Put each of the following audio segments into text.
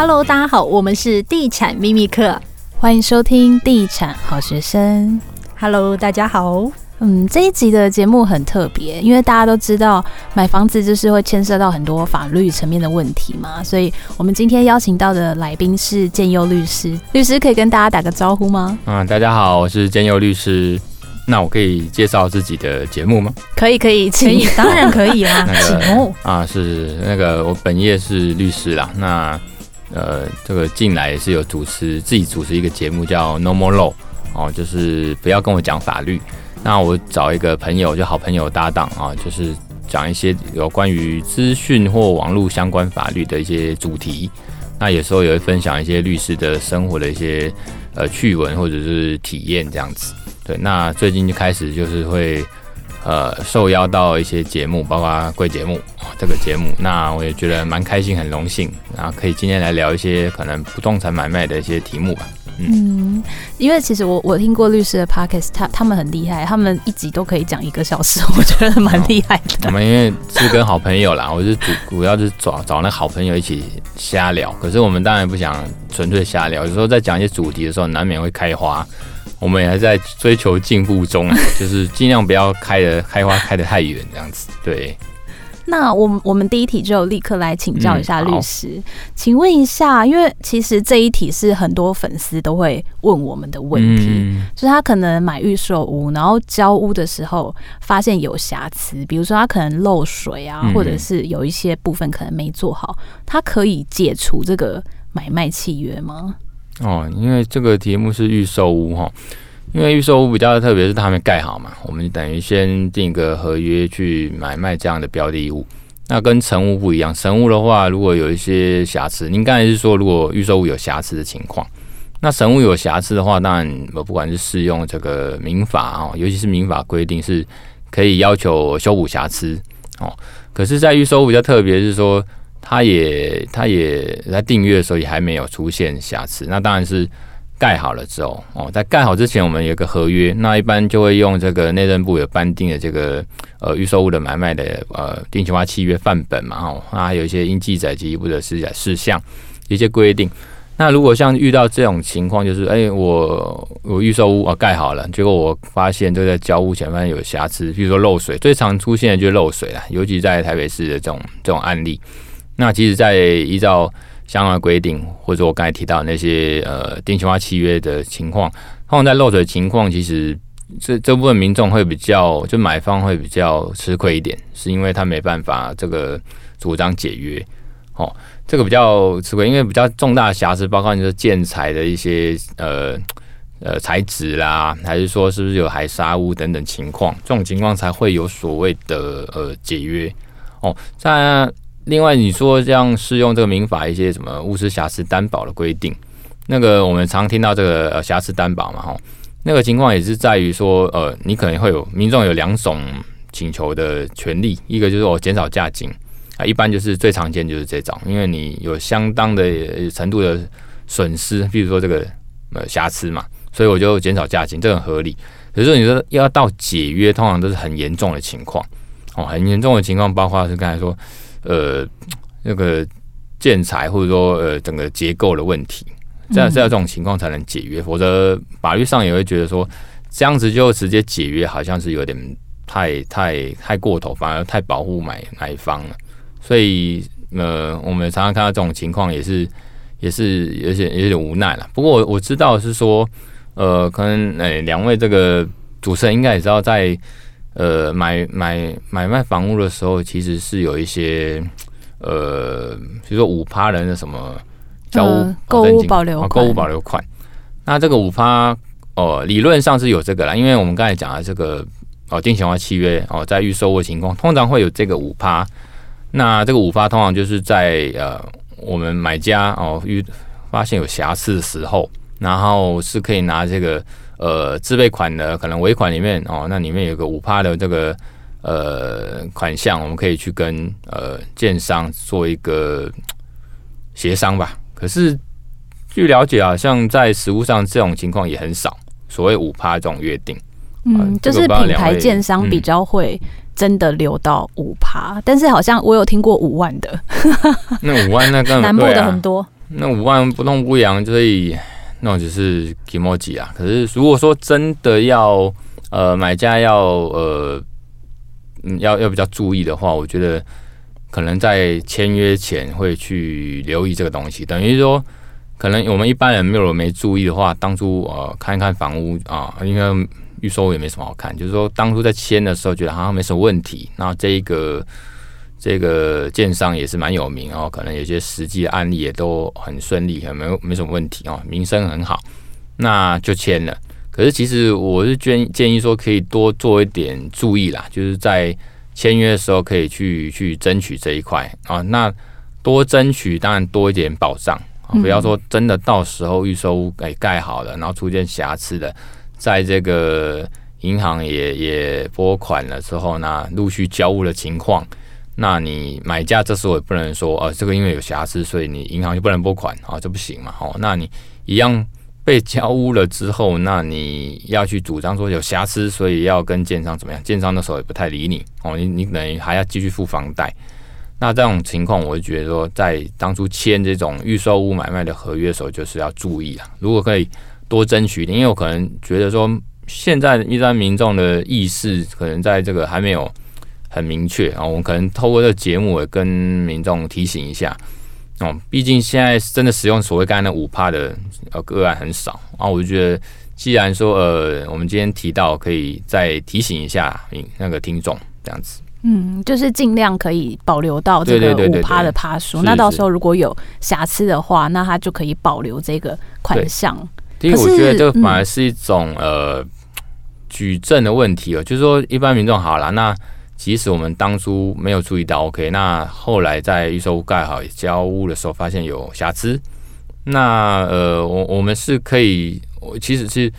Hello， 大家好，我们是地产秘密课， 欢迎收听地产好学生。 Hello， 大家好。 这一集的节目很特别，因为大家都知道买房子就是会牵涉到很多法律层面的问题嘛，所以我们今天邀请到的来宾是建佑律师。律师可以跟大家打个招呼吗？ 大家好，我是建佑律师。那我可以介绍自己的节目吗？ 可以， 当然可以啦。 是那个我本业是律师啦。那这个进来也是有自己主持一个节目叫 No More Law 哦，就是不要跟我讲法律。那我找一个朋友，就好朋友搭档啊，就是讲一些有关于资讯或网络相关法律的一些主题。那有时候也会分享一些律师的生活的一些趣闻或者是体验这样子。对，那最近就开始就是会受邀到一些节目，包括贵节目这个节目，那我也觉得蛮开心，很荣幸，然后可以今天来聊一些可能不动产买卖的一些题目吧。 因为其实我听过律师的 podcast， 他们很厉害，他们一集都可以讲1个小时，我觉得蛮厉害的。 我们因为是跟好朋友啦，我是主要是找那好朋友一起瞎聊，可是我们当然不想纯粹瞎聊，有时候在讲一些主题的时候，难免会开花。我们也还在追求进步中，就是尽量不要开花开得太远这样子。对。 那我们第一题就立刻来请教一下律师，请问一下，因为其实这一题是很多粉丝都会问我们的问题，就是他可能买预售屋，然后交屋的时候发现有瑕疵，比如说他可能漏水啊，或者是有一些部分可能没做好，他可以解除这个买卖契约吗？ 因为这个题目是预售屋哈。因为预售屋比较特别，是它还没盖好嘛，我们等于先订一个合约去买卖这样的标的物。那跟成屋不一样，成屋的话，如果有一些瑕疵，您刚才是说如果预售屋有瑕疵的情况，那成屋有瑕疵的话，当然不管是适用这个民法尤其是民法规定是可以要求修补瑕疵可是，在预售屋比较特别是说，它也在订约的时候也还没有出现瑕疵，那当然是盖好了之后在盖好之前，我们有个合约，那一般就会用这个内政部有颁定的这个预售屋的买卖的定型化契约范本嘛那还有一些应记载及一部的事项一些规定。那如果像遇到这种情况，就是我预售屋盖好了，结果我发现就在交屋前发现有瑕疵，比如说漏水，最常出现的就是漏水啦，尤其在台北市的这种案例。那其实在依照相关的规定，或者我刚才提到的那些定型化契约的情况，通常在漏水情况，其实这部分民众会比较，就买方会比较吃亏一点，是因为他没办法这个主张解约这个比较吃亏，因为比较重大的瑕疵，包括你说建材的一些材质啦，还是说是不是有海砂污等等情况，这种情况才会有所谓的解约在另外，你说这样适用这个民法一些什么物质瑕疵担保的规定，那个我们常听到这个瑕疵担保嘛那个情况也是在于说你可能会有民众有2种请求的权利，一个就是减少价金一般就是最常见就是这种，因为你有相当的程度的损失，比如说这个瑕疵嘛，所以我就减少价金，这很合理。可是你说要到解约，通常都是很严重的情况很严重的情况，包括是刚才说那个建材或者说整个结构的问题，这种情况才能解约，否则法律上也会觉得说这样子就直接解约，好像是有点太过头，反而太保护买方了。所以我们常常看到这种情况，也是有点无奈了。不过我知道是说可能2位这个主持人应该也知道在。买卖房屋的时候，其实是有一些比如说5%的那什么交屋购物保留款。那这个5%理论上是有这个啦，因为我们刚才讲的这个定型化契约在预售屋的情况，通常会有这个5%。那这个5%通常就是在我们买家发现有瑕疵的时候，然后是可以拿这个。自备款的可能尾款里面那里面有个5%的这个款项，我们可以去跟建商做一个协商吧。可是据了解像在实务上这种情况也很少，所谓5%这种约定。 就是品牌建商比较会真的留到5%，但是好像我有听过5万的， 那5万那根本南部的很多。 那5万不痛不痒，所以那种只是 kimoji 啊。可是如果说真的要买家要比较注意的话，我觉得可能在签约前会去留意这个东西。等于说，可能我们一般人没注意的话，当初看一看房屋啊，因为预售屋也没什么好看，就是说当初在签的时候觉得好像没什么问题，那这个建商也是蛮有名哦，可能有些实际的案例也都很顺利，没什么问题哦，名声很好，那就签了。可是其实我是建议说，可以多做一点注意啦，就是在签约的时候可以去争取这一块啊。那多争取，当然多一点保障，不要说真的到时候预售屋盖好了，然后出现瑕疵的，在这个银行也拨款了之后，那陆续交屋的情况。那你买家这时候也不能说这个因为有瑕疵，所以你银行就不能拨款啊，这不行嘛。那你一样被交屋了之后，那你要去主张说有瑕疵，所以要跟建商怎么样？建商那时候也不太理你你等于还要继续付房贷。那这种情况，我就觉得说，在当初签这种预售屋买卖的合约的时候，就是要注意啊。如果可以多争取一点，因为我可能觉得说，现在一般民众的意识可能在这个还没有很明确我们可能透过这个节目也跟民众提醒一下毕竟现在真的使用所谓刚才那5%的个案很少我就觉得既然说我们今天提到，可以再提醒一下那个听众这样子。 就是尽量可以保留到这个5%的趴数。那到时候如果有瑕疵的话，那它就可以保留这个款项。 因为我觉得这个反而是一种举证的问题就是说一般民众好了，那即使我们当初没有注意到 ，OK， 那后来在预售屋盖好交屋的时候发现有瑕疵，那我们是可以，其实是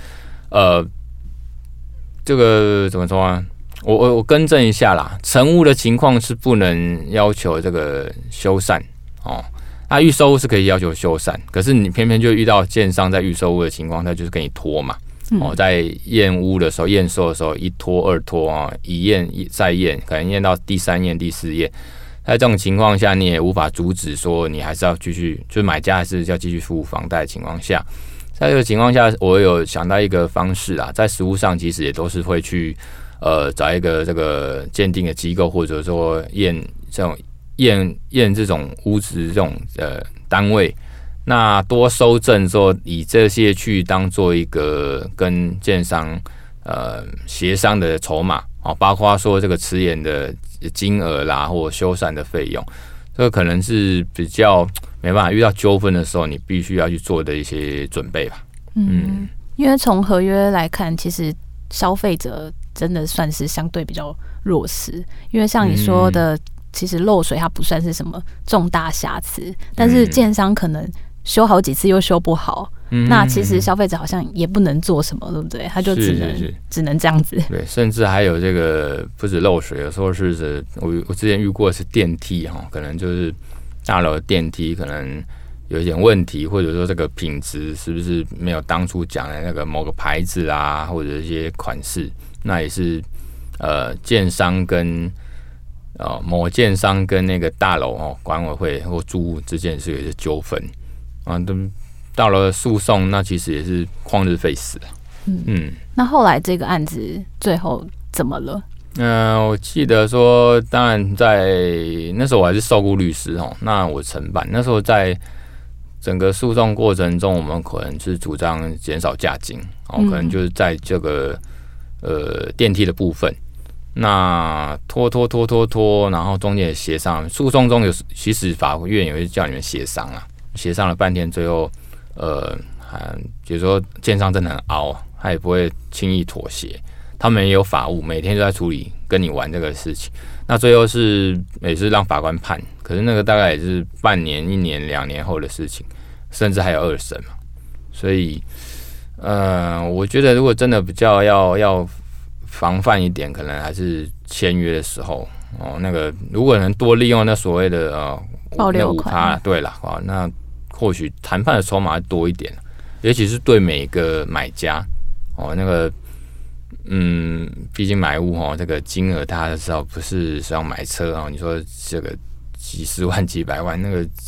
这个怎么说啊？我更正一下啦，成屋的情况是不能要求这个修缮那预售屋是可以要求修缮，可是你偏偏就遇到建商在预售屋的情况，他就是给你拖嘛。在验屋的时候、验收的时候，一拖二拖一验再验，可能验到第3验、第4验。在这种情况下，你也无法阻止说你还是要继续，就是买家还是要继续付房贷的情况下，在这个情况下，我有想到一个方式啦，在实务上其实也都是会去找一个这个鉴定的机构，或者说验这种屋子这种单位。那多收证之后，以这些去当做一个跟建商协商的筹码包括说这个迟延的金额啦，或修缮的费用，这个可能是比较没办法遇到纠纷的时候，你必须要去做的一些准备吧。 因为从合约来看，其实消费者真的算是相对比较弱势，因为像你说的，其实漏水它不算是什么重大瑕疵，但是建商可能修好几次又修不好，那其实消费者好像也不能做什么，对不对？他就只能这样子。 对，甚至还有这个不止漏水，有时候是我之前遇过的是电梯可能就是大楼的电梯可能有一点问题，或者说这个品质是不是没有当初讲的那个某个牌子啊，或者一些款式，那也是建商跟某建商跟那个大楼管委会或住户之间是有一些纠纷到了诉讼，那其实也是旷日费时。 那后来这个案子最后怎么了？ 我记得说，当然在那时候我还是受雇律师那我承办。那时候在整个诉讼过程中，我们可能是主张减少价金可能就是在这个电梯的部分，那拖，然后中间也协商。诉讼中其实法院也会叫你们协商啊，协商了半天，最后比如说建商真的很凹，他也不会轻易妥协。他们也有法务，每天都在处理跟你玩这个事情。那最后也是让法官判，可是那个大概也是半年、1年、2年后的事情，甚至还有2审嘛。所以，我觉得如果真的比较要防范一点，可能还是签约的时候那个如果能多利用那所谓的保留款， 对了那或许谈判的筹码多一点，尤其是对每个买家那个。毕竟买屋这个金额大家知道不是要买车你说这个几十万几百万，那个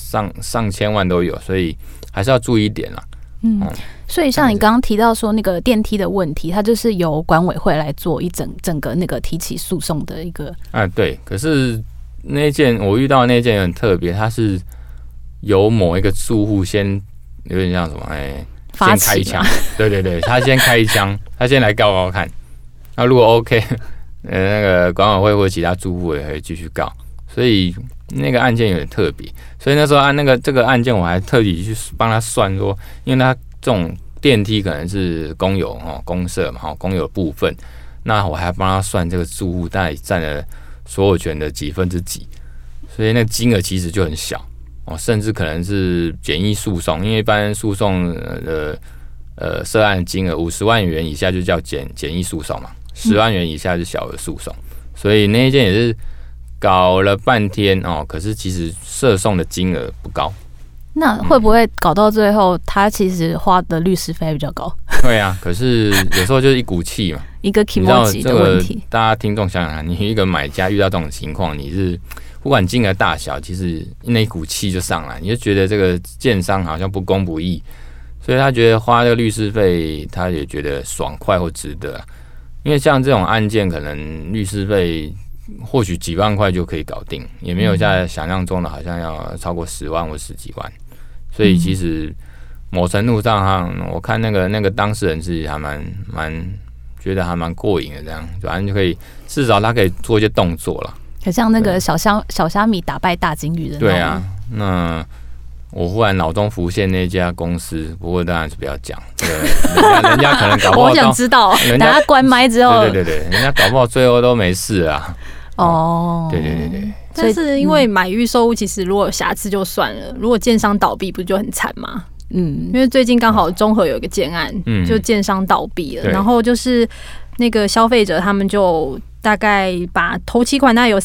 上千万都有，所以还是要注意一点啦。 所以像你刚刚提到说那个电梯的问题，它就是由管委会来做整个那个提起诉讼的一个。 对。可是那件我遇到的那件很特别，它是由某一个住户先有点像什么先开一枪，对，他先开一枪，他先来告看。那如果 OK， 那个管委会或其他住户也可以继续告。所以那个案件有点特别，所以那时候这个案件我还特地去帮他算说，因为他这种电梯可能是公有公社嘛，公有部分，那我还帮他算这个住户大概占了所有权的几分之几，所以那个金额其实就很小甚至可能是简易诉讼，因为一般诉讼的涉案金额50万元以下就叫简易诉讼嘛，10万元以下是小额诉讼，所以那一件也是搞了半天可是其实涉讼的金额不高。 那会不会搞到最后，他其实花的律师费比较高？ 对啊，可是有时候就是一股气嘛， 一个 kimoji 的问题。 大家听众想想看，你一个买家遇到这种情况，你是不管金额大小，其实那一股气就上来，你就觉得这个建商好像不公不义，所以他觉得花这个律师费，他也觉得爽快或值得。因为像这种案件，可能律师费或许几万块就可以搞定，也没有在想象中的好像要超过10万或10几万。所以其实某程度上，我看那个当事人是还蛮觉得还蛮过瘾的，这样反正就可以至少他可以做一些动作了。 很像那个小虾米打败大金鱼的那种。 对啊，那我忽然脑中浮现那家公司，不过当然是不要讲，人家可能搞不好。 我想知道，等他关麦之后， 对，人家搞不好最后都没事啊。对。 但是因为买预售屋，其实如果有瑕疵就算了，如果建商倒闭，不就很惨吗？因为最近刚好中和有一个建案，就建商倒闭了，然后就是那个消费者他们就大概把头期款大概有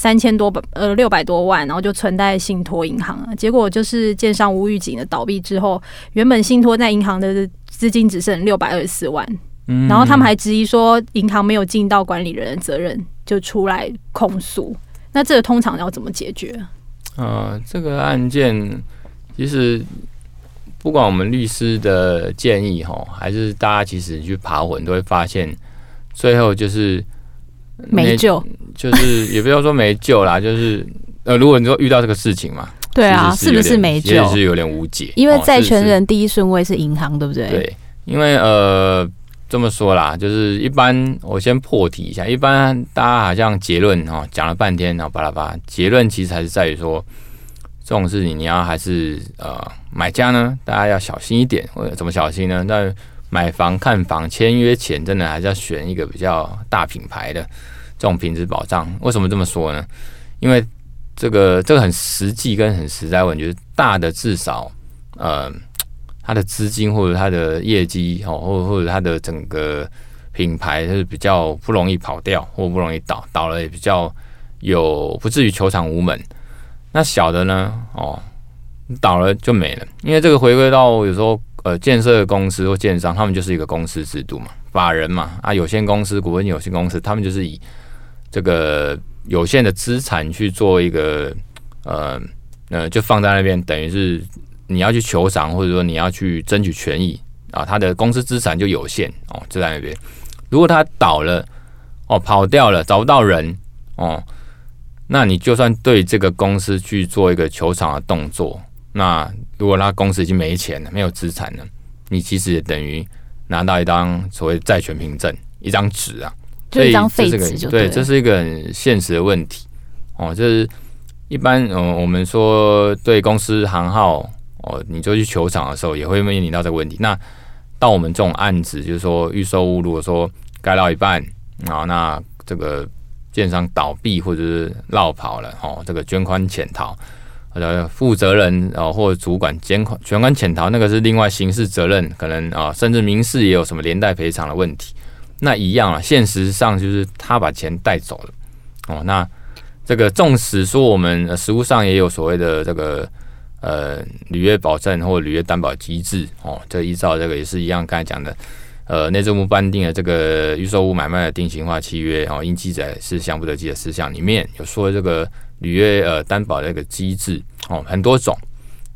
600多万，然后就存在信托银行，结果就是建商无预警的倒闭之后，原本信托在银行的资金只剩624万，然后他们还质疑说银行没有尽到管理人的责任，就出来控诉。那这个通常要怎么解决？ 这个案件其实不管我们律师的建议还是大家其实去爬文都会发现，最后就是没救， 就是也不要说没救啦，就是如果你说遇到这个事情嘛， 对啊，是不是没救？ 其实是有点无解， 因为债权人第一顺位是银行，对不对？ 对，因为这么说啦，就是一般我先破题一下，一般大家好像结论讲了半天，然后巴拉巴拉，结论其实还是在于说，这种事情你要还是买家呢，大家要小心一点，或者怎么小心呢？在买房看房签约前，真的还是要选一个比较大品牌的这种品质保障。为什么这么说呢？因为这个很实际跟很实在问题，就是大的至少它的资金或者它的业绩或者它的整个品牌就是比较不容易跑掉或不容易倒了也比较不至于求偿无门。那小的呢倒了就没了，因为这个回归到有时候建设公司或建商，他们就是一个公司制度嘛，法人嘛有限公司、股份有限公司，他们就是以这个有限的资产去做一个就放在那边，等于是你要去求偿，或者说你要去争取权益他的公司资产就有限就在那边。如果他倒了跑掉了，找不到人那你就算对这个公司去做一个求偿的动作，那如果他公司已经没钱了，没有资产了，你其实也等于拿到一张所谓债权凭证，一张纸啊， 就一张废纸就对， 这是一个很现实的问题就是一般我们说对公司行号你就去求偿的时候，也会面临到这个问题。那到我们这种案子，就是说预售屋，如果说盖到一半，那这个建商倒闭或者是落跑了，这个捐款潜逃，负责人或者主管捐款潜逃，那个是另外刑事责任，可能甚至民事也有什么连带赔偿的问题。那一样现实上就是他把钱带走了那这个纵使说我们实务上也有所谓的这个履约保证或履约担保机制这依照这个也是一样，刚才讲的内政部颁定的这个预售屋买卖的定型化契约应记载事项不得记的事项里面有说这个履约担保的这个机制很多种。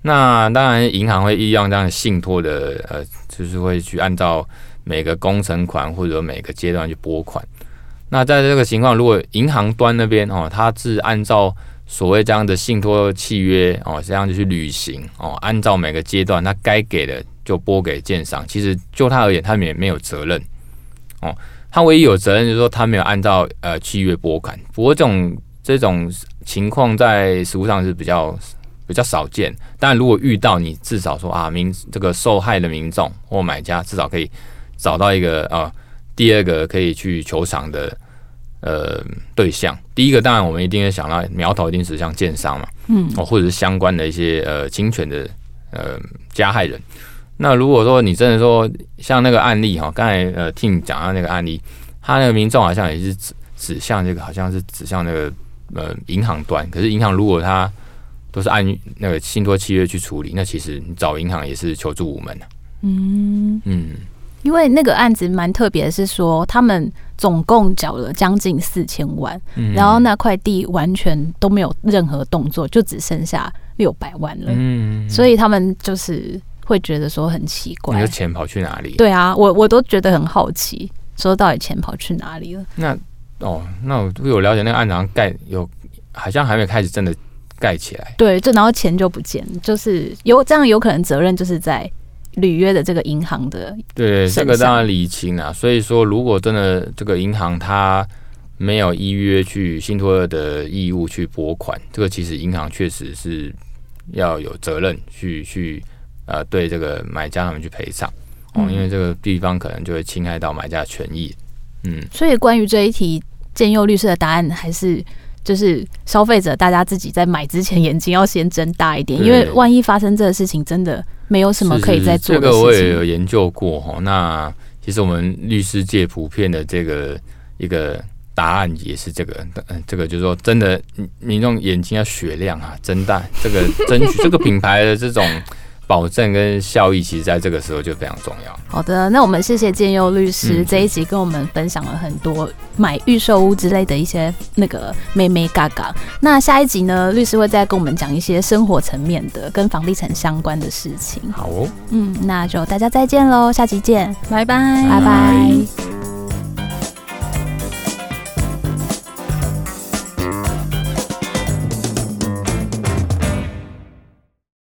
那当然，银行会依样这样信托的就是会去按照每个工程款或者每个阶段去拨款。那在这个情况，如果银行端那边它是按照所谓这样的信托契约这样去履行按照每个阶段他该给的就拨给建商，其实就他而言，他也没有责任他唯一有责任就是说他没有按照契约拨款。不过这种情况在实务上是比较少见。当然，如果遇到，你至少说这个受害的民众或买家至少可以找到一个第二个可以去求偿的对象。第一个当然我们一定会想到苗头一定指向建商嘛，或者是相关的一些侵权的加害人。那如果说你真的说像那个案例刚才Tim 讲到那个案例，他那个民众好像也是指向这个，好像是指向那个银行端。可是银行如果他都是按那个信托契约去处理，那其实你找银行也是求助无门的。 因为那个案子蛮特别的是说，他们总共缴了将近4000万，然后那块地完全都没有任何动作，就只剩下600万了。所以他们就是会觉得说很奇怪， 你的钱跑去哪里？ 对啊，我都觉得很好奇，说到底钱跑去哪里了？ 那我有了解那个案场好像还没开始真的盖起来。 对，然后钱就不见，就是这样有可能责任就是在履约的这个银行的。 对，这个当然厘清啊。所以说，如果真的这个银行它没有依约去信托的义务去拨款，这个其实银行确实是要有责任去对这个买家他们去赔偿因为这个地方可能就会侵害到买家的权益。 所以关于这一题，建佑律师的答案还是就是消费者大家自己在买之前眼睛要先睁大一点，因为万一发生这个事情，真的没有什么可以再做的事情。 这个我也有研究过那其实我们律师界普遍的这个一个答案也是这个就是说，真的民众眼睛要雪亮睁大，这个争取这个品牌的这种保证跟效益，其实在这个时候就非常重要。 好的，那我们谢谢建佑律师这一集跟我们分享了很多买预售屋之类的一些那个妹妹嘎嘎。那下一集呢，律师会再跟我们讲一些生活层面的跟房地产相关的事情。 好哦， 那就大家再见喽，下集见， 拜拜， 拜拜。